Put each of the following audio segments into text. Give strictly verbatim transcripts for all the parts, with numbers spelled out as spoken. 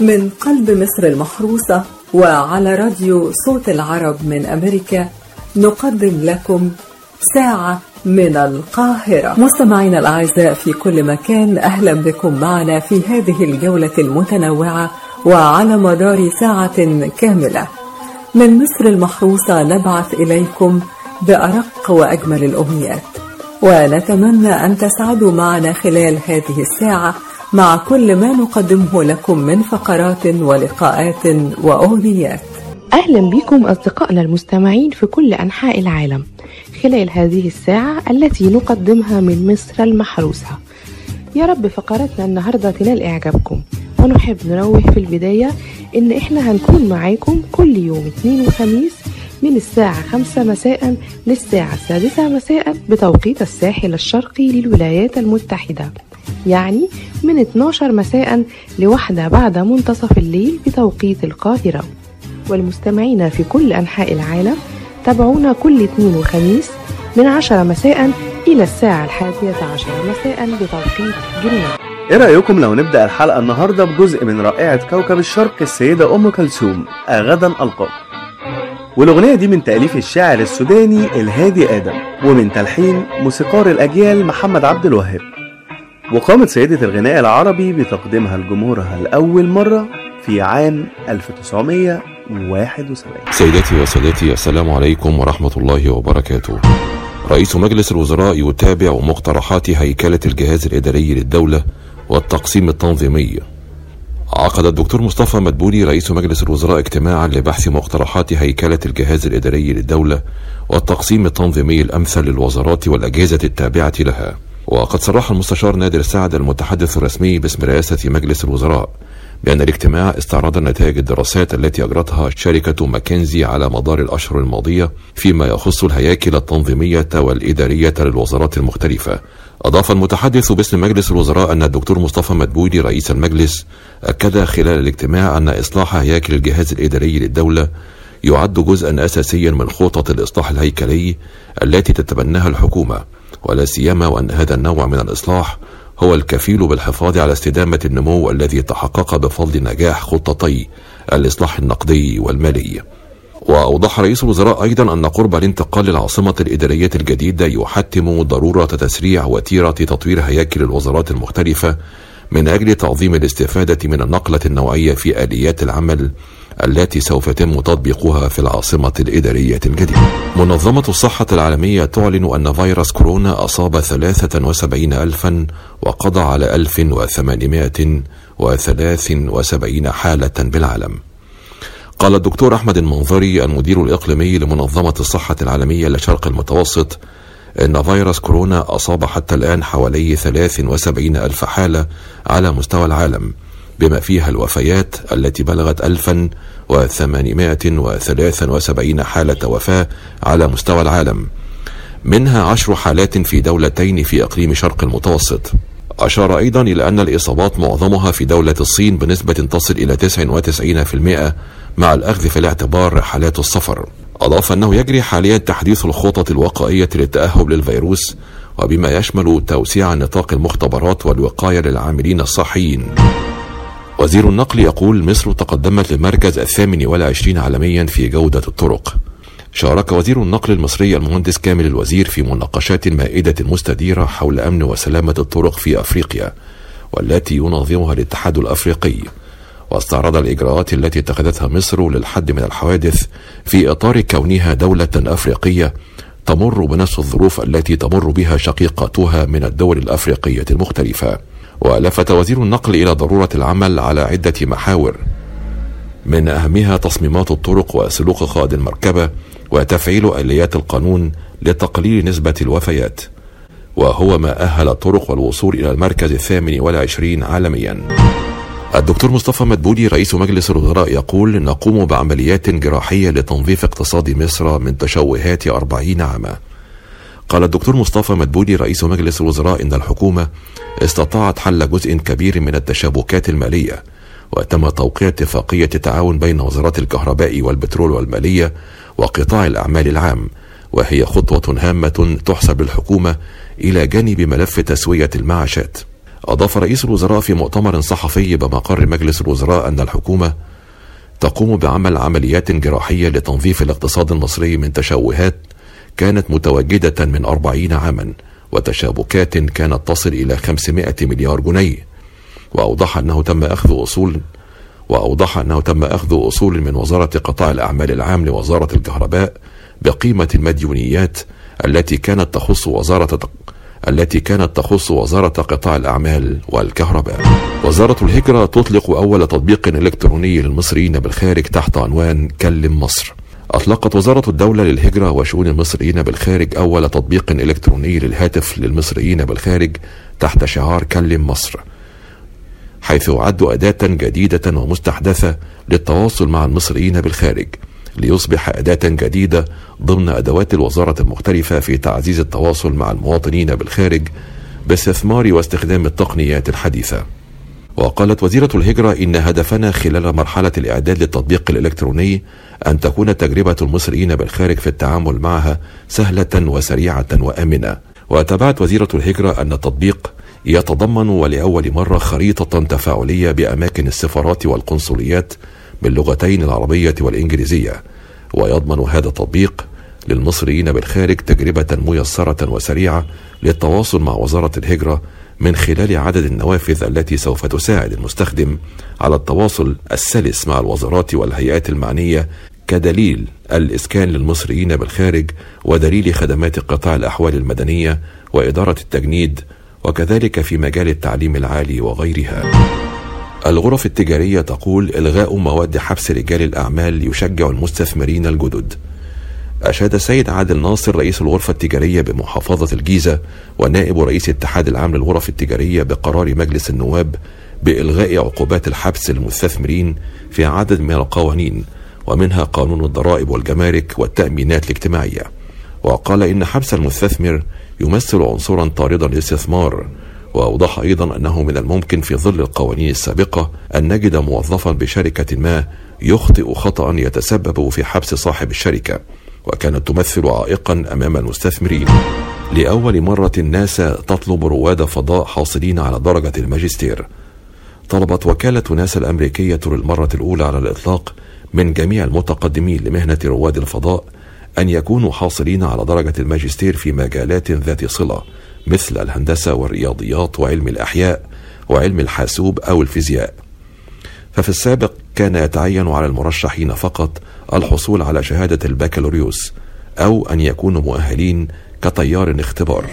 من قلب مصر المحروسة وعلى راديو صوت العرب من أمريكا نقدم لكم ساعة من القاهرة. مستمعينا الأعزاء في كل مكان، أهلا بكم معنا في هذه الجولة المتنوعة وعلى مدار ساعة كاملة من مصر المحروسة. نبعث إليكم بأرق وأجمل الأمنيات، ونتمنى أن تسعدوا معنا خلال هذه الساعة مع كل ما نقدمه لكم من فقرات ولقاءات وأغنيات. أهلا بكم أصدقائنا المستمعين في كل أنحاء العالم خلال هذه الساعة التي نقدمها من مصر المحروسة. يا رب فقراتنا النهاردة تنال إعجابكم، ونحب نروه في البداية إن إحنا هنكون معاكم كل يوم اثنين وخميس من الساعة خمسة مساء للساعة السادسة مساء بتوقيت الساحل الشرقي للولايات المتحدة، يعني من اثناشر مساء لواحدة بعد منتصف الليل بتوقيت القاهرة. والمستمعين في كل أنحاء العالم تابعونا كل اثنين وخميس من عشرة مساء إلى الساعة الحادية عشر مساء بتوقيت جرينتش. ايه رأيكم لو نبدأ الحلقة النهاردة بجزء من رائعة كوكب الشرق السيدة أم كلثوم، غدا ألقاك. والأغنية دي من تأليف الشاعر السوداني الهادي آدم، ومن تلحين موسيقار الأجيال محمد عبد الوهاب. وقامت سيدة الغناء العربي بتقديمها لجمهورها لأول مرة في عام ألف وتسعمائة وواحد وسبعين. سيداتي وسادتي، السلام عليكم ورحمة الله وبركاته. رئيس مجلس الوزراء يتابع مقترحات هيكلة الجهاز الإداري للدولة والتقسيم التنظيمي. عقد الدكتور مصطفى مدبولي رئيس مجلس الوزراء اجتماعا لبحث مقترحات هيكلة الجهاز الإداري للدولة والتقسيم التنظيمي الأمثل للوزارات والأجهزة التابعة لها. وقد صرح المستشار نادر سعد المتحدث الرسمي باسم رئاسة مجلس الوزراء بأن الاجتماع استعرض نتائج الدراسات التي أجرتها شركة ماكنزي على مدار الأشهر الماضية فيما يخص الهياكل التنظيمية والإدارية للوزارات المختلفة. أضاف المتحدث باسم مجلس الوزراء أن الدكتور مصطفى مدبولي رئيس المجلس أكد خلال الاجتماع أن إصلاح هياكل الجهاز الإداري للدولة يعد جزءا أساسيا من خطط الإصلاح الهيكلي التي تتبناها الحكومة، ولا سيما وأن هذا النوع من الإصلاح هو الكفيل بالحفاظ على استدامة النمو الذي تحقق بفضل نجاح خطتي الإصلاح النقدي والمالي. وأوضح رئيس الوزراء أيضا أن قرب الانتقال للعاصمة الإدارية الجديدة يحتم ضرورة تسريع وتيرة تطوير هياكل الوزارات المختلفة من أجل تعظيم الاستفادة من النقلة النوعية في آليات العمل التي سوف يتم تطبيقها في العاصمة الإدارية الجديدة. منظمة الصحة العالمية تعلن أن فيروس كورونا أصاب ثلاثة وسبعين ألفا وقضى على ألف وثمانمائة وثلاث وسبعين حالة بالعالم. قال الدكتور أحمد المنظري المدير الإقليمي لمنظمة الصحة العالمية لشرق المتوسط إن فيروس كورونا أصاب حتى الآن حوالي ثلاث وسبعين ألف حالة على مستوى العالم، بما فيها الوفيات التي بلغت ألفا وثمانمائة وثلاث وسبعين حالة وفاة على مستوى العالم، منها عشر حالات في دولتين في إقليم شرق المتوسط. أشار أيضا إلى أن الإصابات معظمها في دولة الصين بنسبة تصل إلى تسعة وتسعين بالمئة مع الأخذ في الاعتبار رحلات السفر. أضاف أنه يجري حاليا تحديث الخطط الوقائية للتأهب للفيروس، وبما يشمل توسيع نطاق المختبرات والوقاية للعاملين الصحيين. وزير النقل يقول مصر تقدمت للمركز الثامن والعشرين عالميا في جودة الطرق. شارك وزير النقل المصري المهندس كامل الوزير في مناقشات المائدة المستديرة حول أمن وسلامة الطرق في أفريقيا والتي ينظمها الاتحاد الأفريقي، واستعرض الإجراءات التي اتخذتها مصر للحد من الحوادث في إطار كونها دولة أفريقية تمر بنفس الظروف التي تمر بها شقيقاتها من الدول الأفريقية المختلفة. ولفت وزير النقل إلى ضرورة العمل على عدة محاور، من أهمها تصميمات الطرق وسلوك قائد المركبة وتفعيل آليات القانون لتقليل نسبة الوفيات، وهو ما أهل الطرق والوصول إلى المركز الثامن والعشرين عالميا. الدكتور مصطفى مدبولي رئيس مجلس الوزراء يقول نقوم بعمليات جراحية لتنظيف اقتصاد مصر من تشوهات أربعين عاما. قال الدكتور مصطفى مدبولي رئيس مجلس الوزراء إن الحكومة استطاعت حل جزء كبير من التشابكات المالية، وتم توقيع اتفاقية تعاون بين وزارات الكهرباء والبترول والمالية وقطاع الأعمال العام، وهي خطوة هامة تحسب للحكومة إلى جانب ملف تسوية المعاشات. أضاف رئيس الوزراء في مؤتمر صحفي بمقر مجلس الوزراء أن الحكومة تقوم بعمل عمليات جراحية لتنظيف الاقتصاد المصري من تشوهات كانت متواجدة من أربعين عاما وتشابكات كانت تصل إلى خمسمائة مليار جنيه. وأوضح أنه تم أخذ أصول وأوضح أنه تم أخذ أصول من وزارة قطاع الأعمال العام لوزارة الكهرباء بقيمة المديونيات التي كانت تخص وزارة التي كانت تخص وزارة قطاع الأعمال والكهرباء. وزارة الهجرة تطلق أول تطبيق إلكتروني للمصريين بالخارج تحت عنوان كلم مصر. أطلقت وزارة الدولة للهجرة وشؤون المصريين بالخارج أول تطبيق إلكتروني للهاتف للمصريين بالخارج تحت شعار كلم مصر، حيث يعد أداة جديدة ومستحدثة للتواصل مع المصريين بالخارج، ليصبح أداة جديدة ضمن أدوات الوزارة المختلفة في تعزيز التواصل مع المواطنين بالخارج باستثمار واستخدام التقنيات الحديثة. وقالت وزيرة الهجرة إن هدفنا خلال مرحلة الإعداد للتطبيق الإلكتروني أن تكون تجربة المصريين بالخارج في التعامل معها سهلة وسريعة وآمنة. وتابعت وزيرة الهجرة أن التطبيق يتضمن ولأول مرة خريطة تفاعلية بأماكن السفارات والقنصليات باللغتين العربية والإنجليزية، ويضمن هذا التطبيق للمصريين بالخارج تجربة ميسرة وسريعة للتواصل مع وزارة الهجرة من خلال عدد النوافذ التي سوف تساعد المستخدم على التواصل السلس مع الوزارات والهيئات المعنية، كدليل الإسكان للمصريين بالخارج ودليل خدمات قطاع الأحوال المدنية وإدارة التجنيد، وكذلك في مجال التعليم العالي وغيرها. الغرف التجارية تقول إلغاء مواد حبس رجال الأعمال يشجع المستثمرين الجدد. أشاد السيد عادل ناصر رئيس الغرفة التجارية بمحافظة الجيزة ونائب رئيس الاتحاد العام للغرف التجارية بقرار مجلس النواب بإلغاء عقوبات الحبس للمستثمرين في عدد من القوانين، ومنها قانون الضرائب والجمارك والتأمينات الاجتماعية. وقال إن حبس المستثمر يمثل عنصرا طاردا للاستثمار. وأوضح أيضا أنه من الممكن في ظل القوانين السابقة أن نجد موظفا بشركة ما يخطئ خطأ يتسبب في حبس صاحب الشركة، وكانت تمثل عائقا أمام المستثمرين. لأول مرة ناسا تطلب رواد فضاء حاصلين على درجة الماجستير. طلبت وكالة ناسا الأمريكية للمرة الأولى على الإطلاق من جميع المتقدمين لمهنة رواد الفضاء أن يكونوا حاصلين على درجة الماجستير في مجالات ذات صلة مثل الهندسة والرياضيات وعلم الأحياء وعلم الحاسوب أو الفيزياء. ففي السابق كان يتعين على المرشحين فقط الحصول على شهادة البكالوريوس أو أن يكونوا مؤهلين كطيار اختبار.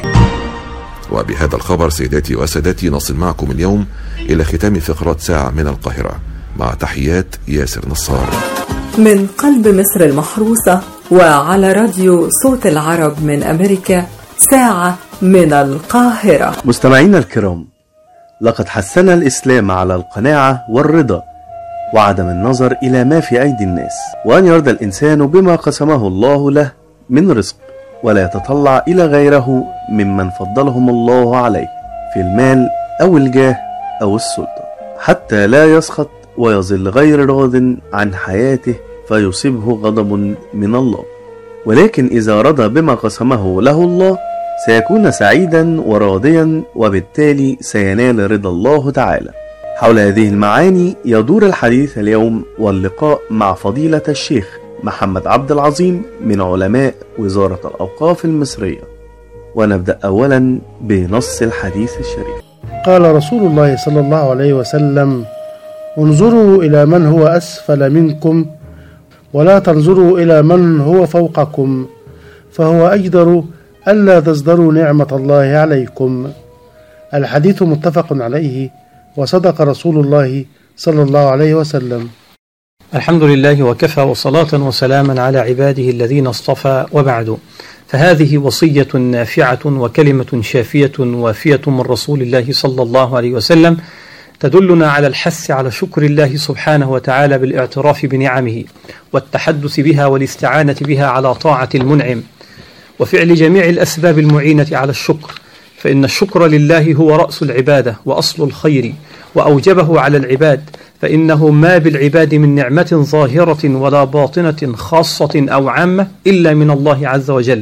وبهذا الخبر سيداتي وسادتي نصل معكم اليوم إلى ختام فقرات ساعة من القاهرة، مع تحيات ياسر نصار من قلب مصر المحروسة، وعلى راديو صوت العرب من أمريكا، ساعة من القاهرة. مستمعينا الكرام، لقد حثنا الإسلام على القناعة والرضا وعدم النظر إلى ما في أيدي الناس، وأن يرضى الإنسان بما قسمه الله له من رزق، ولا يتطلع إلى غيره ممن فضلهم الله عليه في المال أو الجاه أو السلطة، حتى لا يسخط ويظل غير راض عن حياته فيصيبه غضب من الله. ولكن إذا رضى بما قسمه له الله سيكون سعيدا وراضيا، وبالتالي سينال رضا الله تعالى. حول هذه المعاني يدور الحديث اليوم واللقاء مع فضيلة الشيخ محمد عبد العظيم من علماء وزارة الأوقاف المصرية. ونبدأ أولا بنص الحديث الشريف. قال رسول الله صلى الله عليه وسلم: انظروا إلى من هو أسفل منكم ولا تنظروا إلى من هو فوقكم، فهو أجدر ألا تزدروا نعمة الله عليكم. الحديث متفق عليه، وصدق رسول الله صلى الله عليه وسلم. الحمد لله وكفى، وصلاة وسلاما على عباده الذين اصطفى، وبعد، فهذه وصية نافعة وكلمة شافية وافية من رسول الله صلى الله عليه وسلم تدلنا على الحث على شكر الله سبحانه وتعالى بالاعتراف بنعمه والتحدث بها والاستعانة بها على طاعة المنعم، وفعل جميع الأسباب المعينة على الشكر، فإن الشكر لله هو رأس العبادة وأصل الخير، وأوجبه على العباد، فإنه ما بالعباد من نعمة ظاهرة ولا باطنة خاصة أو عامة إلا من الله عز وجل،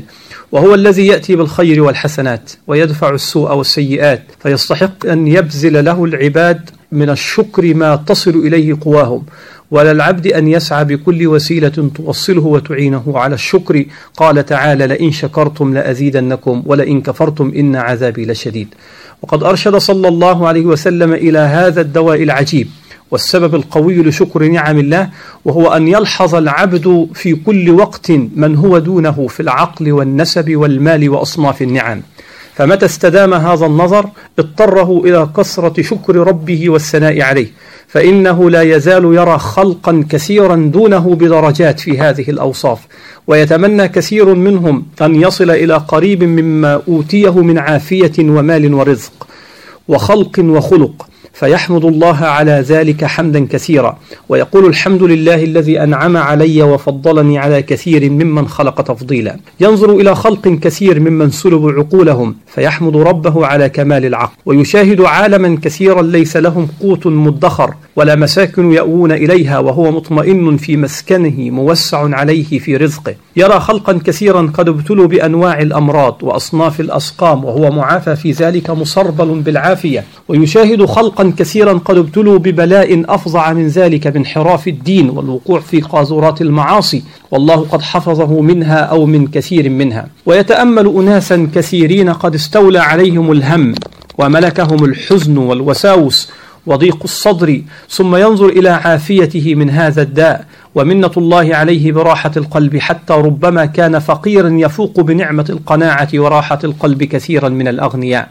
وهو الذي يأتي بالخير والحسنات ويدفع السوء والسيئات، فيستحق أن يبذل له العباد من الشكر ما تصل إليه قواهم، ولا العبد أن يسعى بكل وسيلة توصله وتعينه على الشكر. قال تعالى: لئن شكرتم لأزيدنكم ولئن كفرتم إن عذابي لشديد. وقد أرشد صلى الله عليه وسلم إلى هذا الدواء العجيب والسبب القوي لشكر نعم الله، وهو أن يلحظ العبد في كل وقت من هو دونه في العقل والنسب والمال وأصناف النعم، فمتى استدام هذا النظر اضطره إلى كثرة شكر ربه والثناء عليه، فإنه لا يزال يرى خلقا كثيرا دونه بدرجات في هذه الأوصاف، ويتمنى كثير منهم أن يصل إلى قريب مما أوتيه من عافية ومال ورزق وخلق وخلق، فيحمد الله على ذلك حمدا كثيرا، ويقول: الحمد لله الذي أنعم علي وفضلني على كثير ممن خلق تفضيلا. ينظر إلى خلق كثير ممن سلبوا عقولهم فيحمد ربه على كمال العقل، ويشاهد عالما كثيرا ليس لهم قوت مدخر ولا مساكن يأوون إليها وهو مطمئن في مسكنه موسع عليه في رزقه. يرى خلقا كثيرا قد ابتلوا بأنواع الأمراض وأصناف الأسقام وهو معافى في ذلك مصربل بالعافية، ويشاهد خلقا كثيرا قد ابتلوا ببلاء أفظع من ذلك بانحراف الدين والوقوع في قاذورات المعاصي والله قد حفظه منها أو من كثير منها. ويتأمل أناسا كثيرين قد استولى عليهم الهم وملكهم الحزن والوساوس وضيق الصدر، ثم ينظر إلى عافيته من هذا الداء ومنة الله عليه براحة القلب، حتى ربما كان فقيرا يفوق بنعمة القناعة وراحة القلب كثيرا من الأغنياء.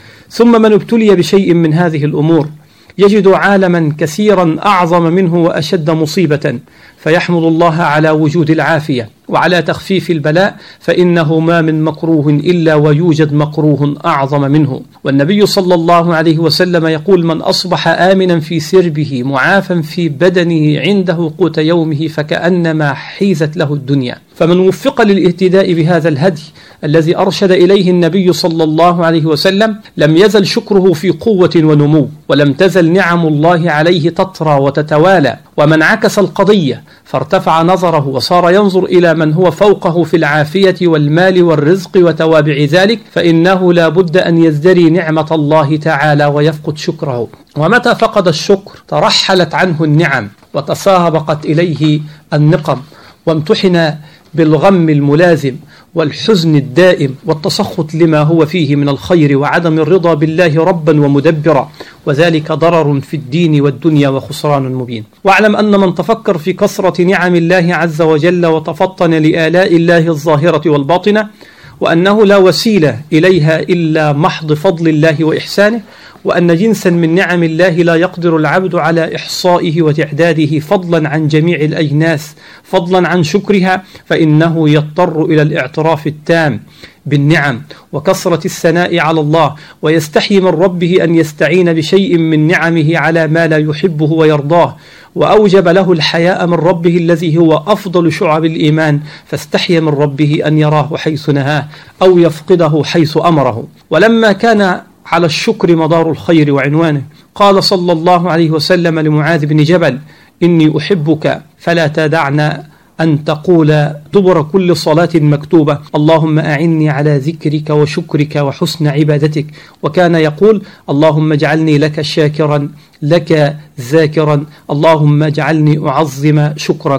ثم من ابتلي بشيء من هذه الأمور يجد عالما كثيرا أعظم منه وأشد مصيبة، فيحمد الله على وجود العافية وعلى تخفيف البلاء، فإنه ما من مكروه إلا ويوجد مكروه أعظم منه. والنبي صلى الله عليه وسلم يقول: من أصبح آمنا في سربه معافا في بدنه عنده قوت يومه فكأنما حيزت له الدنيا. فمن وفق للاهتداء بهذا الهدي الذي أرشد إليه النبي صلى الله عليه وسلم لم يزل شكره في قوة ونمو، ولم تزل نعم الله عليه تطرى وتتوالى. ومن عكس القضية فارتفع نظره وصار ينظر إلى من هو فوقه في العافية والمال والرزق وتوابع ذلك، فإنه لا بد أن يزدري نعمة الله تعالى ويفقد شكره. ومتى فقد الشكر ترحلت عنه النعم وتسابقت إليه النقم، وامتحن بالغم الملازم والحزن الدائم والتسخط لما هو فيه من الخير وعدم الرضا بالله ربا ومدبرا، وذلك ضرر في الدين والدنيا وخسران مبين. واعلم أن من تفكر في كثرة نعم الله عز وجل وتفطن لآلاء الله الظاهرة والباطنة، وأنه لا وسيلة إليها إلا محض فضل الله وإحسانه، وأن جنسا من نعم الله لا يقدر العبد على إحصائه وتعداده فضلا عن جميع الأجناس، فضلا عن شكرها، فإنه يضطر إلى الاعتراف التام بالنعم وكثرة الثناء على الله، ويستحي من ربه أن يستعين بشيء من نعمه على ما لا يحبه ويرضاه، وأوجب له الحياء من ربه الذي هو أفضل شعب الإيمان، فاستحي من ربه أن يراه حيث نهاه أو يفقده حيث أمره. ولما كان على الشكر مدار الخير وعنوانه قال صلى الله عليه وسلم لمعاذ بن جبل: إني أحبك فلا تدعنا أن تقول دبر كل صلاة مكتوبة: اللهم أعني على ذكرك وشكرك وحسن عبادتك. وكان يقول: اللهم اجعلني لك شاكرا لك ذاكرا، اللهم اجعلني أعظم شكرك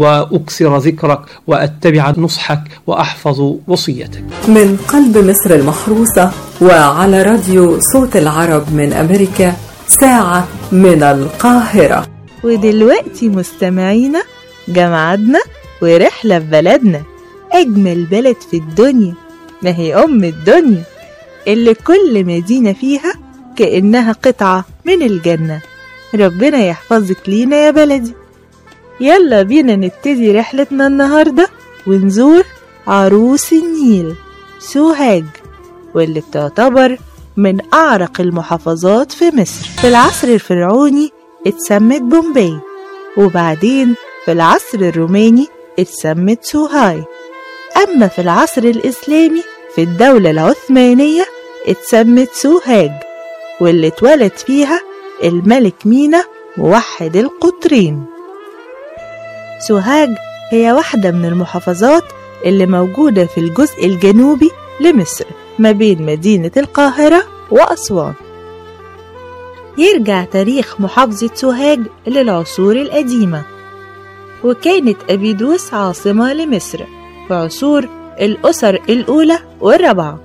وأكثر ذكرك وأتبع نصحك وأحفظ وصيتك. من قلب مصر المحروسة وعلى راديو صوت العرب من أمريكا، ساعة من القاهرة. ودلوقتي مستمعينا جمعتنا ورحلة في بلدنا، أجمل بلد في الدنيا، ما هي أم الدنيا اللي كل مدينة فيها كأنها قطعة من الجنة. ربنا يحفظك لينا يا بلدي. يلا بينا نبتدي رحلتنا النهاردة ونزور عروس النيل سوهاج، واللي بتعتبر من أعرق المحافظات في مصر. في العصر الفرعوني اتسمت بومباي، وبعدين في العصر الروماني اتسمت سوهاي. أما في العصر الإسلامي في الدولة العثمانية اتسمت سوهاج، واللي اتولد فيها الملك مينا موحد القطرين. سوهاج هي واحدة من المحافظات اللي موجودة في الجزء الجنوبي لمصر ما بين مدينة القاهرة وأسوان. يرجع تاريخ محافظة سوهاج للعصور القديمة، وكانت أبيدوس عاصمة لمصر في عصور الأسر الأولى والرابعة.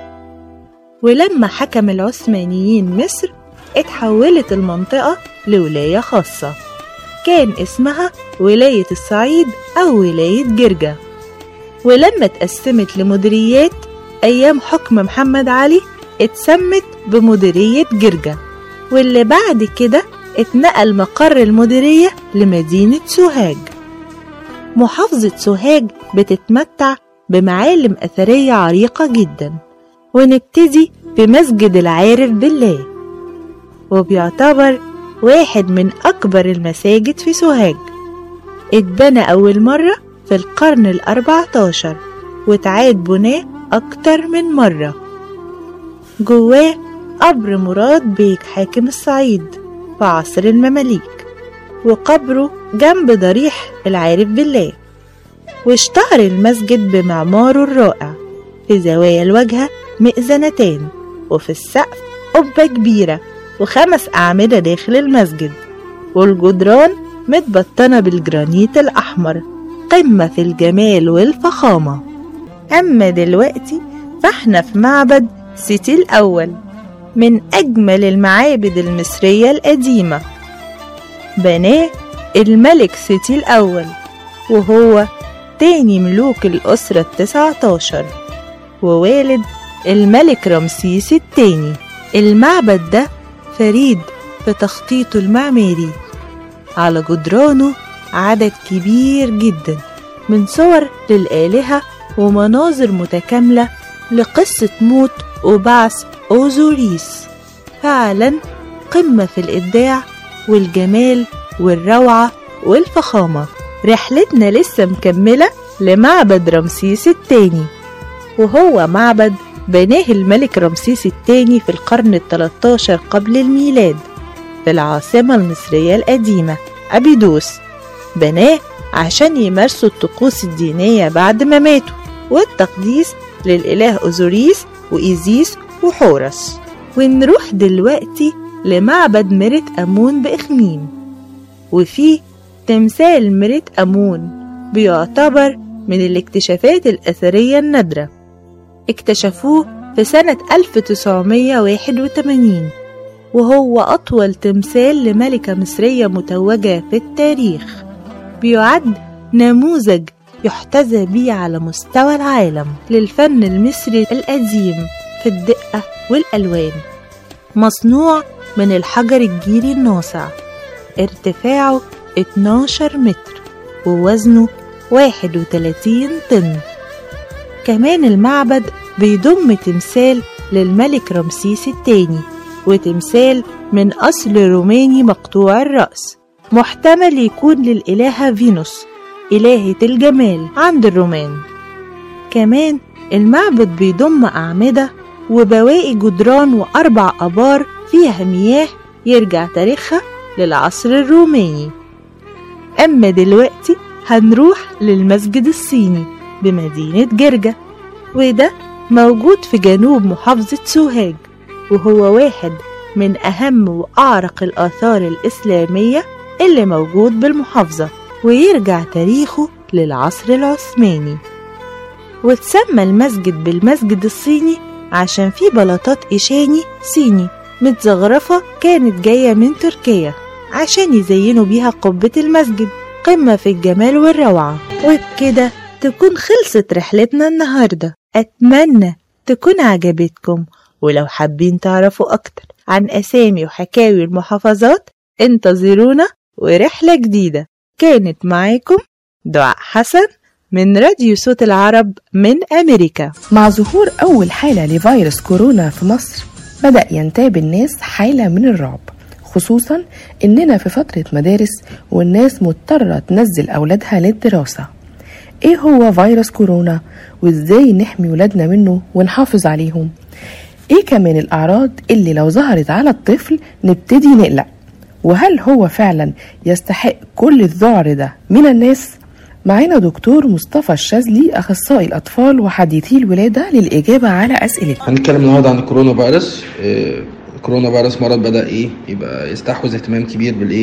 ولما حكم العثمانيين مصر اتحولت المنطقة لولاية خاصة كان اسمها ولاية الصعيد أو ولاية جرجا. ولما اتقسمت لمديريات أيام حكم محمد علي اتسمت بمديرية جرجا، واللي بعد كده اتنقل مقر المديرية لمدينة سوهاج. محافظة سوهاج بتتمتع بمعالم أثرية عريقة جدا، ونبتدي بمسجد العارف بالله، وبيعتبر واحد من أكبر المساجد في سوهاج. اتبنى أول مرة في القرن الأربعة عشر، وتعاد بناه أكتر من مرة. جواه قبر مراد بيك حاكم الصعيد في عصر المماليك، وقبره جنب ضريح العارف بالله. واشتهر المسجد بمعماره الرائع، في زوايا الواجهة مئذنتان، وفي السقف قبة كبيرة وخمس أعمدة داخل المسجد، والجدران متبطنة بالجرانيت الأحمر، قمة في الجمال والفخامة. أما دلوقتي فاحنا في معبد سيتي الأول، من أجمل المعابد المصرية القديمة. بناه الملك سيتي الأول، وهو تاني ملوك الأسرة التسعة عشر، ووالد الملك رمسيس الثاني. المعبد ده فريد في تخطيطه المعماري، على جدرانه عدد كبير جدا من صور للآلهة ومناظر متكاملة لقصة موت وبعث أوزوريس. فعلا قمة في الإبداع والجمال والروعة والفخامة. رحلتنا لسه مكملة لمعبد رمسيس الثاني، وهو معبد بناه الملك رمسيس الثاني في القرن الثالث عشر قبل الميلاد في العاصمة المصرية القديمة أبيدوس. بناه عشان يمارسوا الطقوس الدينية بعد ما ماتوا، والتقديس للإله أوزوريس وإيزيس وحورس. ونروح دلوقتي لمعبد مرت أمون بإخميم، وفيه تمثال مرت أمون بيعتبر من الاكتشافات الأثرية النادرة. اكتشفوه في سنة ألف وتسعمية وواحد وثمانين، وهو أطول تمثال لملكة مصرية متوجة في التاريخ. بيعد نموذج يحتذى به على مستوى العالم للفن المصري القديم في الدقة والألوان. مصنوع من الحجر الجيري الناصع، ارتفاعه اتناشر متر ووزنه واحد وثلاثين طن. كمان المعبد بيضم تمثال للملك رمسيس الثاني، وتمثال من أصل روماني مقطوع الرأس، محتمل يكون للإلهة فينوس إلهة الجمال عند الرومان. كمان المعبد بيضم أعمدة وبواقي جدران وأربع آبار فيها مياه يرجع تاريخها للعصر الروماني. أما دلوقتي هنروح للمسجد الصيني بمدينة جرجا، وده موجود في جنوب محافظة سوهاج، وهو واحد من أهم وأعرق الآثار الإسلامية اللي موجود بالمحافظة، ويرجع تاريخه للعصر العثماني. وتسمى المسجد بالمسجد الصيني عشان فيه بلاطات إيشاني صيني متزغرفة كانت جاية من تركيا عشان يزينوا بيها قبة المسجد، قمة في الجمال والروعة. وبكده تكون خلصت رحلتنا النهاردة. أتمنى تكون عجبتكم، ولو حابين تعرفوا أكتر عن أسامي وحكاوي المحافظات انتظرونا ورحلة جديدة. كانت معاكم دعاء حسن من راديو صوت العرب من أمريكا. مع ظهور أول حالة لفيروس كورونا في مصر بدأ ينتاب الناس حالة من الرعب، خصوصا إننا في فترة مدارس والناس مضطرة تنزل أولادها للدراسة. إيه هو فيروس كورونا وإزاي نحمي ولادنا منه ونحافظ عليهم؟ إيه كمان الأعراض اللي لو ظهرت على الطفل نبتدي نقلق؟ وهل هو فعلا يستحق كل الذعر ده من الناس؟ معانا دكتور مصطفى الشاذلي أخصائي الأطفال وحديثي الولادة للإجابة على أسئلتكم. هنتكلم النهارده عن الكورونا فيروس. الكورونا فيروس مرض بدأ إيه يبقى يستحوذ اهتمام كبير بالإيه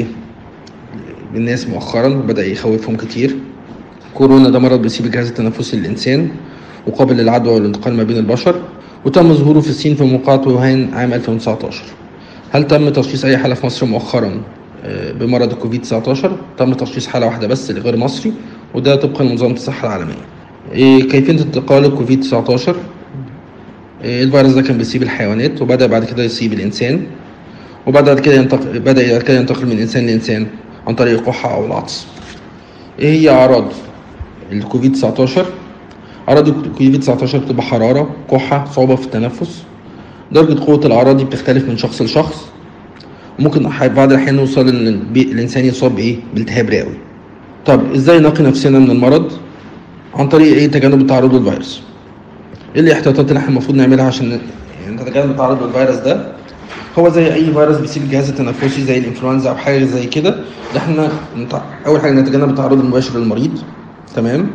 بالناس مؤخرا، وبدأ يخوفهم كتير. كورونا ده مرض بيصيب الجهاز التنفسي للإنسان وقابل للعدوى والانتقال ما بين البشر، وتم ظهوره في الصين في موقعة ووهان عام ألفين وتسعتاشر. هل تم تشخيص أي حالة في مصر مؤخرا بمرض الكوفيد تسعتاشر؟ تم تشخيص حالة واحدة بس لغير مصري، وده طبقا لمنظمة الصحة العالمية. كيفية انتقال الكوفيد تسعتاشر؟ الفيروس ده كان بيصيب الحيوانات وبدأ بعد كده يصيب الإنسان، وبدأ كده ينتقل بدأ بعد كده ينتقل من إنسان لإنسان عن طريق الكحة أو العطس. إيه هي أعراض الكوفيد تسعتاشر؟ أعراض الكوفيد تسعتاشر بتبقى حرارة، كحة، صعوبة في التنفس. درجة قوة الأعراض دي بتختلف من شخص لشخص، وممكن بعض الأحيان يوصل إن الإنسان يصاب بإيه؟ بالتهاب رئوي. طب إزاي نقي نفسنا من المرض؟ عن طريق إيه؟ تجنب التعرض للفيروس. إيه الاحتياطات اللي إحنا المفروض نعملها عشان يعني نتجنب التعرض للفيروس ده؟ هو زي أي فيروس بيصيب الجهاز التنفسي زي الإنفلونزا أو حاجة زي كده، ده إحنا أول حاجة نتجنب التعرض المباشر للمريض، تمام؟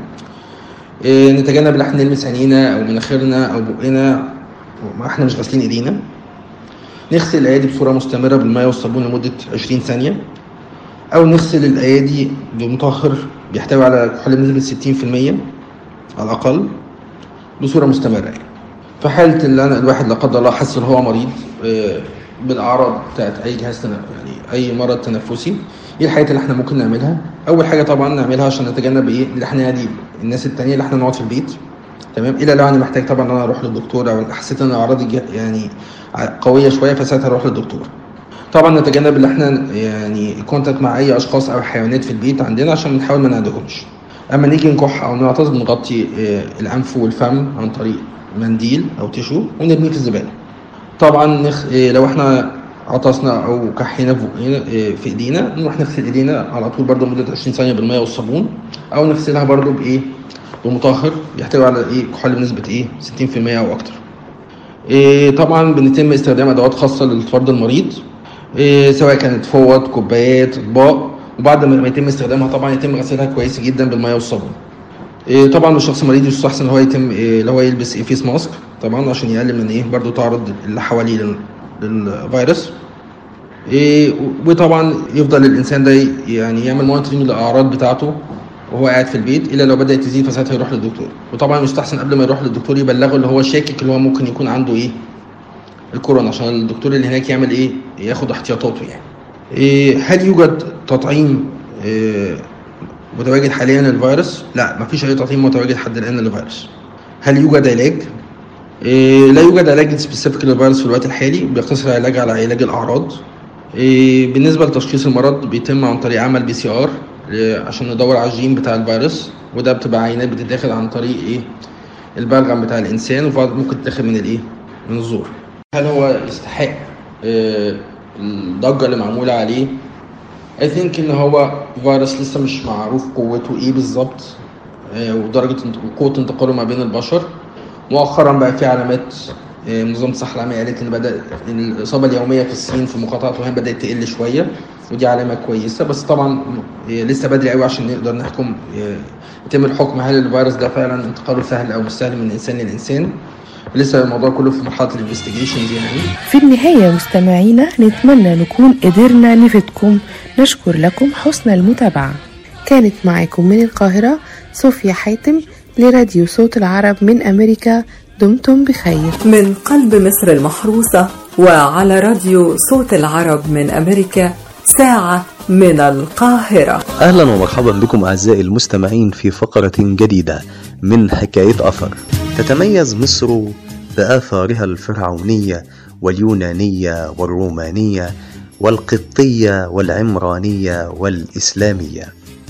إيه نتجنب إن إحنا نلمس عينينا أو مناخيرنا أو بقنا وإحنا مش غاسلين إيدينا. نغسل الأيادي بصورة مستمرة بالماء والصابون لمدة عشرين ثانية، أو نغسل الأيادي بمطهر بيحتوي على كحول بنسبة ستين في المية على الأقل بصورة مستمرة. يعني في حالة اللي أنا الواحد لا قدر الله حس إن هو مريض بالأعراض بتاعت أي جهاز يعني أي مرض تنفسي، إيه الحاجات اللي إحنا ممكن نعملها؟ أول حاجة طبعا نعملها عشان نتجنب إيه اللي إحنا دي الناس التانية اللي إحنا نقعد في البيت، تمام؟ إلا لو أنا محتاج طبعا إن أنا أروح للدكتور أو حسيت إن أعراضي يعني قوية شوية فساعتها أروح للدكتور. طبعا نتجنب اللي إحنا يعني كونتاكت مع أي أشخاص أو حيوانات في البيت عندنا عشان نحاول ما نعدهمش. أما نيجي نكح أو نعطس بنغطي الأنف والفم عن طريق منديل أو تيشو ونرميه في الزبالة. طبعا نخ... لو احنا عطسنا او كحينا في ايدينا نروح نغسل ايدينا على طول برضو لمده عشرين ثانيه بالماء والصابون، او نغسلها برضو بايه بمطهر بيحتوي على ايه كحول بنسبه ايه ستين في المية او اكتر. إيه طبعا بنتم استخدام ادوات خاصه للفرد المريض، إيه سواء كانت فوط، كوبايات، اطباق، وبعد ما يتم استخدامها طبعا يتم غسلها كويس جدا بالماء والصابون. إيه طبعا الشخص المريض يستحسن هو يتم إيه لو هو يلبس إيه فيس ماسك طبعا عشان يقلل من ايه برضو تعرض اللي حواليه للفيروس. إيه وطبعا يفضل الانسان ده يعني يعمل مونيتورنج للاعراض بتاعته وهو قاعد في البيت، الا لو بدات تزيد فساعتها يروح للدكتور. وطبعا يستحسن قبل ما يروح للدكتور يبلغه اللي هو شاكك اللي هو ممكن يكون عنده ايه الكورونا، عشان الدكتور اللي هناك يعمل ايه ياخد احتياطاته. يعني إيه هل يوجد تطعيم إيه متواجد حاليا للفيروس؟ لا، مفيش اي تطعيم متواجد حد الان للفيروس. هل يوجد علاج؟ إيه لا يوجد علاج سبيسيفيك للفيروس في الوقت الحالي، بيقتصر العلاج على علاج الاعراض. إيه بالنسبه لتشخيص المرض بيتم عن طريق عمل بي سي ار عشان ندور على الجين بتاع الفيروس، وده بتبقى عينات بتتاخد عن طريق ايه البلغم بتاع الانسان، وممكن تتاخد من الايه من الزور. هل هو يستحق إيه الضجه اللي معموله عليه؟ I think ان هو فيروس لسه مش معروف قوته ايه بالظبط إيه ودرجه قوه انتقاله ما بين البشر. مؤخرا بقى في علامات منظمه الصحه العالميه قالت ان بدا الاصابه اليوميه في الصين في مقاطعه ووهان بدات تقل شويه، ودي علامه كويسه. بس طبعا لسه بدري قوي عشان نقدر نحكم يتم الحكم هل الفيروس ده فعلا انتقاله سهل او مش سهل من انسان لانسان. لسه الموضوع كله في مرحله الانفستيجيشنز. يعني في النهايه مستمعينا نتمنى نكون قدرنا نفيدكم. نشكر لكم حسن المتابعه. كانت معاكم من القاهره صوفيا حاتم لراديو صوت العرب من أمريكا. دمتم بخير. من قلب مصر المحروسة وعلى راديو صوت العرب من أمريكا، ساعة من القاهرة. أهلا ومرحبا بكم أعزائي المستمعين في فقرة جديدة من حكاية أثر. تتميز مصر بآثارها الفرعونية واليونانية والرومانية والقبطية والعمرانية والإسلامية،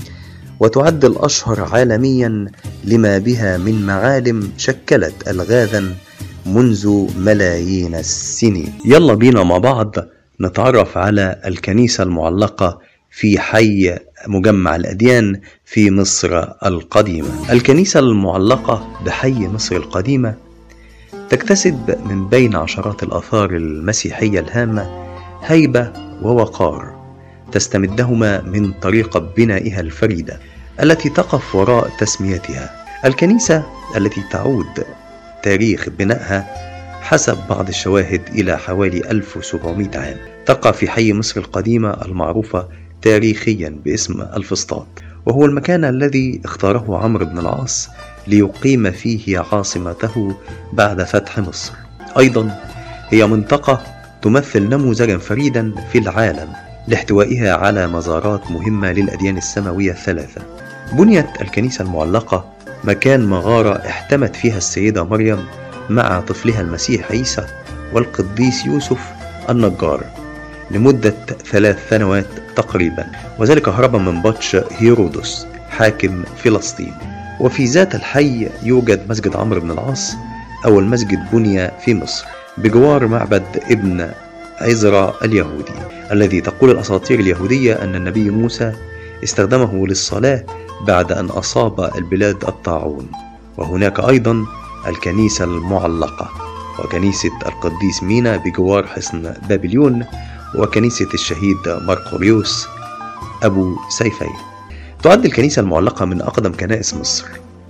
وتعد الأشهر عالميا لما بها من معالم شكلت ألغاذا منذ ملايين السنين. يلا بينا مع بعض نتعرف على الكنيسة المعلقة في حي مجمع الأديان في مصر القديمة. الكنيسة المعلقة بحي مصر القديمة تكتسب من بين عشرات الآثار المسيحية الهامة هيبة ووقار تستمدهما من طريقة بنائها الفريدة التي تقف وراء تسميتها. الكنيسة التي تعود تاريخ بنائها حسب بعض الشواهد إلى حوالي ألف وسبعمائة عام، تقع في حي مصر القديمة المعروفة تاريخيا باسم الفسطاط، وهو المكان الذي اختاره عمرو بن العاص ليقيم فيه عاصمته بعد فتح مصر. أيضا هي منطقة تمثل نموذجا فريدا في العالم لاحتوائها على مزارات مهمة للأديان السماوية الثلاثة. بنيت الكنيسة المعلقة مكان مغارة احتمت فيها السيدة مريم مع طفلها المسيح عيسى والقديس يوسف النجار لمدة ثلاث سنوات تقريبا، وذلك هربا من بطش هيرودس حاكم فلسطين. وفي ذات الحي يوجد مسجد عمرو بن العاص، أول مسجد بني في مصر بجوار معبد ابن عزرا اليهودي، الذي تقول الأساطير اليهودية أن النبي موسى استخدمه للصلاة بعد أن أصاب البلاد الطاعون. وهناك أيضا الكنيسة المعلقة وكنيسة القديس مينا بجوار حصن بابليون، وكنيسة الشهيد مرقوريوس أبو سيفي. تعد الكنيسة المعلقة من أقدم كنائس مصر،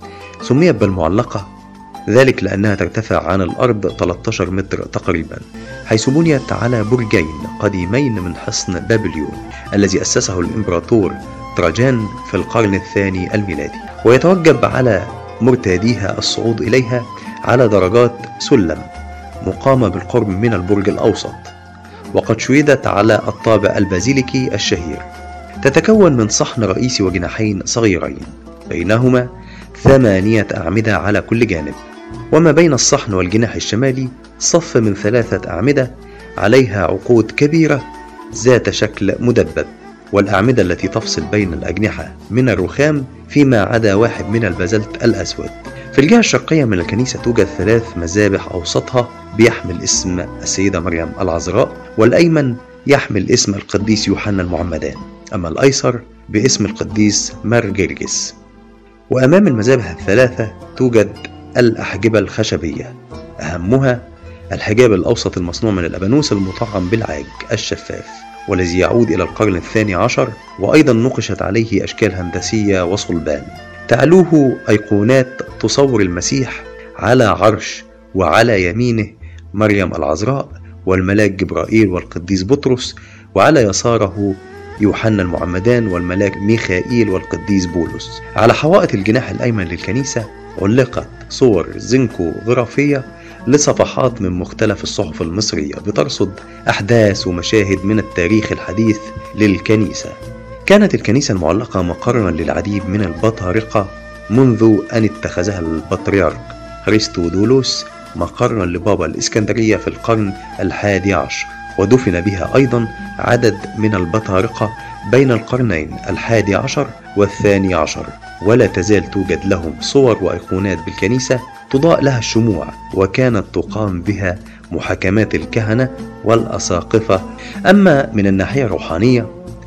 سميت بالمعلقة ذلك لأنها ترتفع عن الأرض ثلاثة عشر متر تقريبا، حيث بنيت على برجين قديمين من حصن بابليون الذي أسسه الإمبراطور تراجان في القرن الثاني الميلادي، ويتوجب على مرتاديها الصعود إليها على درجات سلم مقامة بالقرب من البرج الأوسط، وقد شيدت على الطابع البازيليكي الشهير. تتكون من صحن رئيسي وجناحين صغيرين بينهما ثمانية أعمدة على كل جانب، وما بين الصحن والجناح الشمالي صف من ثلاثة أعمدة عليها عقود كبيرة ذات شكل مدبب، والأعمدة التي تفصل بين الأجنحة من الرخام فيما عدا واحد من البازلت الأسود. في الجهة الشرقية من الكنيسة توجد ثلاث مذابح أوسطها بيحمل اسم السيدة مريم العذراء، والأيمن يحمل اسم القديس يوحنا المعمدان، أما الأيسر باسم القديس مرجرجس. وأمام المذابح الثلاثة توجد الأحجبة الخشبية، أهمها الحجاب الأوسط المصنوع من الأبانوس المطعم بالعاج الشفاف، والذي يعود إلى القرن الثاني عشر، وأيضا نقشت عليه أشكال هندسية وصلبان. تعلوه أيقونات تصور المسيح على عرش، وعلى يمينه مريم العذراء والملاك جبرائيل والقديس بطرس، وعلى يساره يوحنا المعمدان والملاك ميخائيل والقديس بولس. على حوائط الجناح الأيمن للكنيسة علقت صور زنكوغرافية لصفحات من مختلف الصحف المصرية بترصد أحداث ومشاهد من التاريخ الحديث للكنيسة. كانت الكنيسة المعلقة مقرا للعديد من البطارقة منذ أن اتخذها البطريرك هريستودولوس مقرا لبابا الإسكندرية في القرن الحادي عشر، ودفن بها أيضا عدد من البطارقة بين القرنين الحادي عشر والثاني عشر، ولا تزال توجد لهم صور وأيقونات بالكنيسة تضاء لها الشموع، وكانت تقام بها محاكمات الكهنة والأساقفة. أما من الناحية الروحانية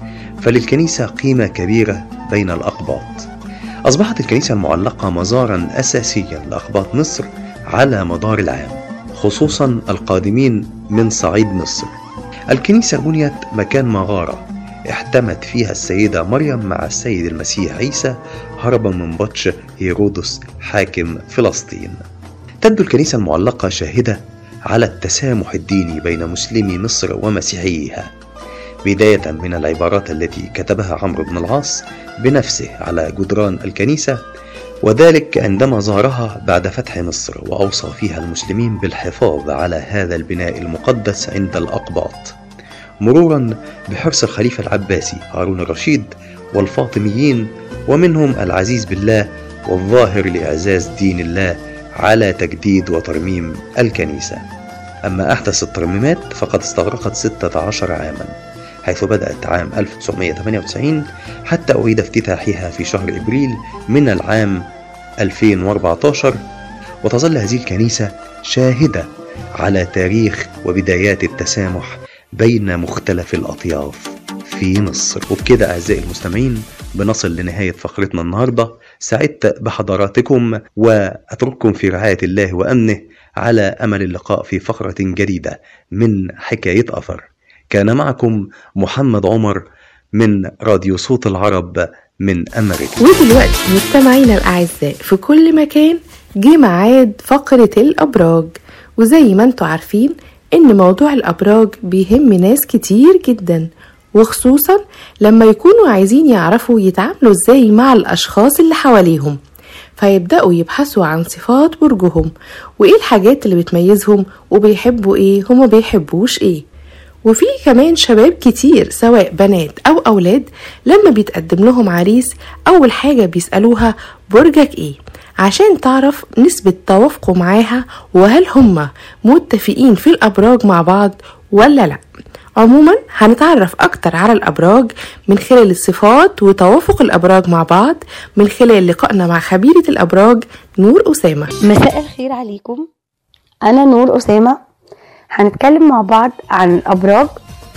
فللكنيسة قيمة كبيرة بين الأقباط. أصبحت الكنيسة المعلقة مزارا أساسيا لأقباط مصر على مدار العام، خصوصا القادمين من صعيد مصر. الكنيسة بنيت مكان مغارة احتمت فيها السيدة مريم مع السيد المسيح عيسى هربا من بطش هيرودس حاكم فلسطين. تبدو الكنيسة المعلقة شاهدة على التسامح الديني بين مسلمي مصر ومسيحيها، بداية من العبارات التي كتبها عمرو بن العاص بنفسه على جدران الكنيسة، وذلك عندما زارها بعد فتح مصر، وأوصى فيها المسلمين بالحفاظ على هذا البناء المقدس عند الأقباط، مرورا بحرص الخليفة العباسي هارون الرشيد والفاطميين ومنهم العزيز بالله والظاهر لإعزاز دين الله على تجديد وترميم الكنيسة. أما أحدث الترميمات فقد استغرقت ستة عشر عاما، حيث بدأت عام ألف وتسعمائة وثمانية وتسعين حتى أعيد افتتاحها في شهر إبريل من العام ألفين وأربعة عشر، وتظل هذه الكنيسة شاهدة على تاريخ وبدايات التسامح بين مختلف الأطياف في مصر. وبكده أعزائي المستمعين بنصل لنهاية فقرتنا النهاردة. سعدت بحضراتكم وأترككم في رعاية الله وأمنه، على أمل اللقاء في فقرة جديدة من حكاية أثر. كان معكم محمد عمر من راديو صوت العرب من أمريكا. ودلوقتي مستمعينا الأعزاء في كل مكان جه ميعاد فقرة الأبراج. وزي ما انتوا عارفين إن موضوع الأبراج بيهم ناس كتير جدا، وخصوصا لما يكونوا عايزين يعرفوا يتعاملوا ازاي مع الأشخاص اللي حواليهم، فيبدأوا يبحثوا عن صفات برجهم وإيه الحاجات اللي بتميزهم وبيحبوا إيه وما بيحبوش إيه. وفي كمان شباب كتير سواء بنات أو أولاد لما بيتقدم لهم عريس أول حاجة بيسألوها برجك إيه، عشان تعرف نسبة توافقه معاها وهل هم متفقين في الأبراج مع بعض ولا لا. عموما هنتعرف أكتر على الأبراج من خلال الصفات وتوافق الأبراج مع بعض من خلال لقائنا مع خبيرة الأبراج نور أسامة. مساء الخير عليكم، أنا نور أسامة. هنتكلم مع بعض عن الأبراج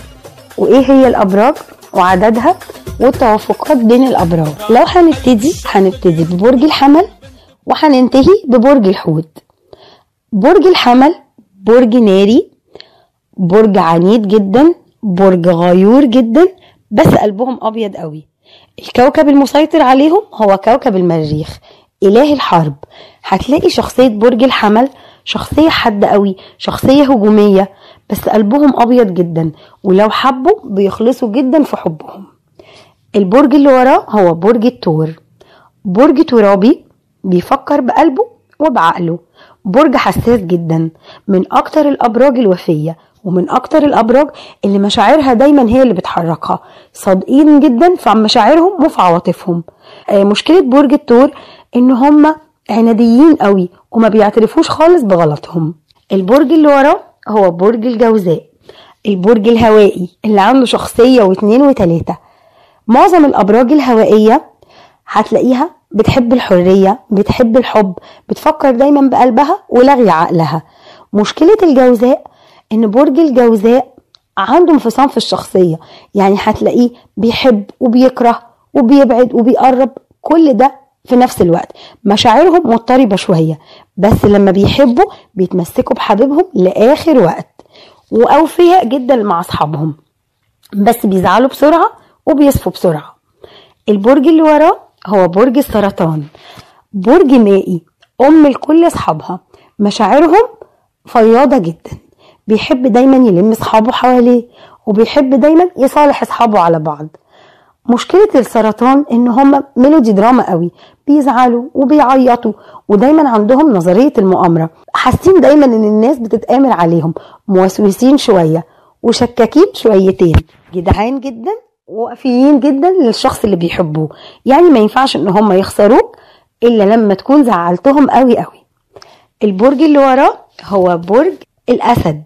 وإيه هي الأبراج وعددها والتوافقات بين الأبراج. لو هنبتدي هنبتدي ببرج الحمل وهننتهي ببرج الحوت. برج الحمل برج ناري، برج عنيد جدا، برج غيور جدا، بس قلبهم أبيض قوي. الكوكب المسيطر عليهم هو كوكب المريخ إله الحرب. هتلاقي شخصية برج الحمل شخصية حادة قوي، شخصية هجومية، بس قلبهم أبيض جدا، ولو حبوا بيخلصوا جدا في حبهم. البرج اللي وراه هو برج الثور، برج ترابي بيفكر بقلبه وبعقله، برج حساس جدا، من أكتر الأبراج الوفية ومن أكتر الأبراج اللي مشاعرها دايما هي اللي بتحركها، صادقين جدا في مشاعرهم وفي عواطفهم. آه مشكلة برج الثور إن هم عناديين قوي وما بيعترفوش خالص بغلطهم. البرج اللي وراه هو برج الجوزاء، البرج الهوائي اللي عنده شخصية واثنين وثلاثة. معظم الأبراج الهوائية هتلاقيها بتحب الحرية، بتحب الحب، بتفكر دايما بقلبها ولغي عقلها. مشكلة الجوزاء ان برج الجوزاء عنده انفصام في الشخصية، يعني هتلاقيه بيحب وبيكره وبيبعد وبيقرب، كل ده في نفس الوقت. مشاعرهم مضطربة شوية، بس لما بيحبوا بيتمسكوا بحبيبهم لآخر وقت، وأوفياء جدا مع أصحابهم، بس بيزعلوا بسرعة وبيصفوا بسرعة. البرج اللي وراه هو برج السرطان، برج مائي، أم لكل أصحابها، مشاعرهم فياضة جدا، بيحب دايما يلم أصحابه حواليه وبيحب دايما يصالح أصحابه على بعض. مشكلة السرطان إن هم ميلودي دراما قوي، بيزعلوا وبيعيطوا ودايما عندهم نظرية المؤامرة، حاسين دايما إن الناس بتتآمر عليهم، موسوسين شوية وشكاكين شويتين، جدعان جدا ووفيين جدا للشخص اللي بيحبوه، يعني ما ينفعش إن هم يخسروك إلا لما تكون زعلتهم قوي قوي. البرج اللي وراه هو برج الأسد،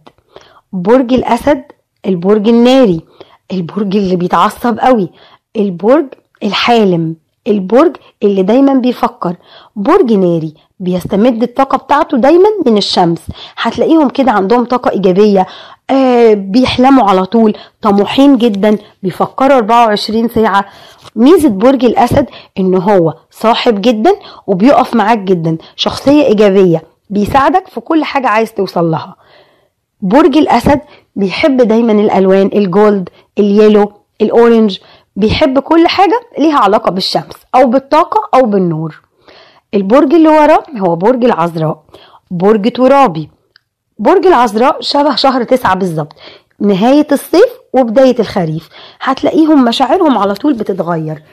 برج الأسد البرج الناري، البرج اللي بيتعصب قوي، البرج الحالم، البرج اللي دايما بيفكر، برج ناري بيستمد الطاقة بتاعته دايما من الشمس. هتلاقيهم كده عندهم طاقة إيجابية، آه بيحلموا على طول، طموحين جدا، بيفكروا أربعة وعشرين ساعة. ميزة برج الأسد إنه هو صاحب جدا وبيقف معاك جدا، شخصية إيجابية، بيساعدك في كل حاجة عايز توصل لها. برج الأسد بيحب دايما الألوان، الجولد، اليلو، الأورنج، بيحب كل حاجة ليها علاقة بالشمس أو بالطاقة أو بالنور. البرج اللي وراه هو برج العذراء، برج ترابي. برج العذراء شبه شهر تسعة بالظبط، نهاية الصيف وبداية الخريف، هتلاقيهم مشاعرهم على طول بتتغير،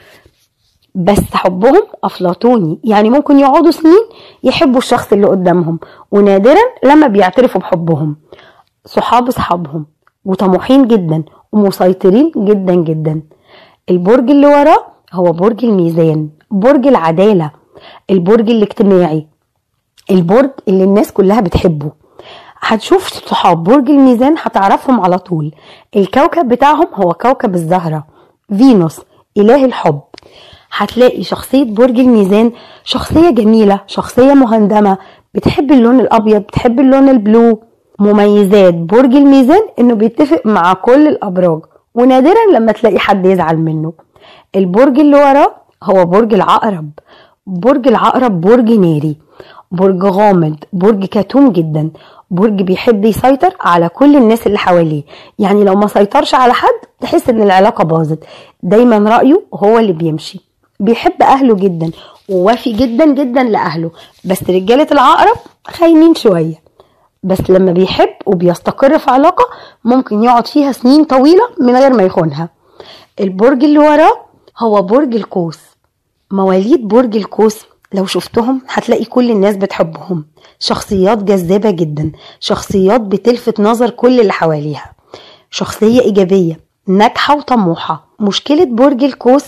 بس حبهم أفلاطوني، يعني ممكن يقعدوا سنين يحبوا الشخص اللي قدامهم، ونادرا لما بيعترفوا بحبهم. صحاب صحابهم وطموحين جدا ومسيطرين جدا جدا. البرج اللي وراه هو برج الميزان، برج العدالة، البرج الاجتماعي، البرج اللي الناس كلها بتحبه. هتشوف صحاب برج الميزان هتعرفهم على طول. الكوكب بتاعهم هو كوكب الزهرة، فينوس إله الحب. هتلاقي شخصية برج الميزان شخصية جميلة، شخصية مهندمة، بتحب اللون الأبيض، بتحب اللون البلو. مميزات برج الميزان إنه بيتفق مع كل الأبراج، ونادرا لما تلاقي حد يزعل منه. البرج اللي وراه هو برج العقرب، برج العقرب برج ناري، برج غامض، برج كتوم جدا، برج بيحب يسيطر على كل الناس اللي حواليه، يعني لو ما سيطرش على حد تحس ان العلاقة باظت، دايما رأيه هو اللي بيمشي. بيحب أهله جدا ووافي جدا جدا لأهله، بس رجالة العقرب خاينين شوية، بس لما بيحب وبيستقر في علاقة ممكن يقعد فيها سنين طويلة من غير ما يخونها. البرج اللي وراه هو برج القوس. مواليد برج القوس لو شفتهم هتلاقي كل الناس بتحبهم، شخصيات جذابة جدا، شخصيات بتلفت نظر كل اللي حواليها، شخصية إيجابية ناجحة وطموحة. مشكلة برج القوس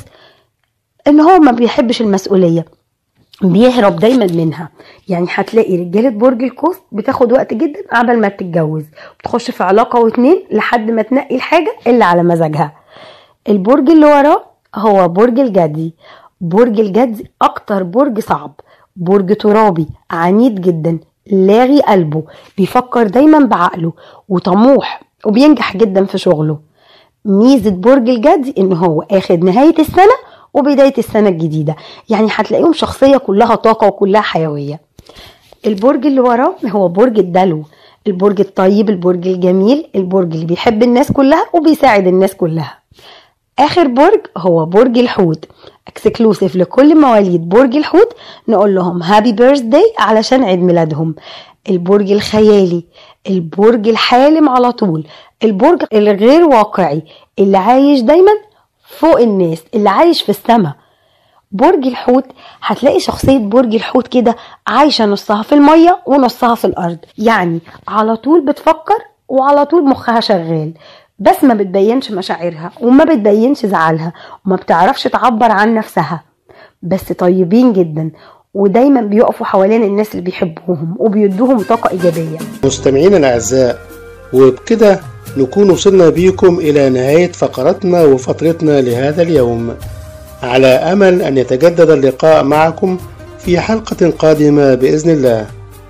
إن هو ما بيحبش المسؤولية، بيهرب دايما منها. يعني هتلاقي رجالة برج القوس بتاخد وقت جدا قبل ما تتجوز، بتخش في علاقة واتنين لحد ما تنقي الحاجة اللي على مزاجها. البرج اللي وراه هو برج الجدي. برج الجدي اكتر برج صعب، برج ترابي عنيد جدا، لاغي قلبه، بيفكر دايما بعقله وطموح وبينجح جدا في شغله. ميزة برج الجدي ان هو اخد نهاية السنة وبداية السنة الجديدة، يعني هتلاقيهم شخصية كلها طاقة وكلها حيوية. البرج اللي وراه هو برج الدلو، البرج الطيب، البرج الجميل، البرج اللي بيحب الناس كلها وبيساعد الناس كلها. اخر برج هو برج الحوت، اكسكلوسيف لكل مواليد برج الحوت، نقول لهم هابي بيرثداي علشان عيد ميلادهم. البرج الخيالي، البرج الحالم على طول، البرج الغير واقعي اللي عايش دايما فوق الناس، اللي عايش في السماء. برج الحوت هتلاقي شخصية برج الحوت كده عايشة نصها في المية ونصها في الارض، يعني على طول بتفكر وعلى طول مخها شغال، بس ما بتبينش مشاعرها وما بتبينش زعلها وما بتعرفش تعبر عن نفسها، بس طيبين جدا ودايما بيقفوا حوالين الناس اللي بيحبوهم وبيدوهم طاقة إيجابية. مستمعين الأعزاء، وبكده نكون وصلنا بيكم إلى نهاية فقرتنا وفترتنا لهذا اليوم، على أمل أن يتجدد اللقاء معكم في حلقة قادمة بإذن الله.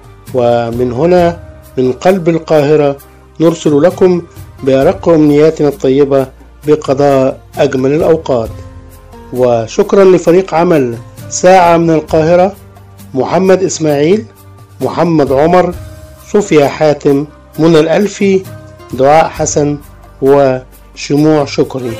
ومن هنا من قلب القاهرة نرسل لكم بأرق أمنياتنا الطيبة بقضاء أجمل الأوقات. وشكرا لفريق عمل ساعة من القاهرة، محمد إسماعيل، محمد عمر، صوفيا حاتم، منى الألفي، دعاء حسن وشموع شكري.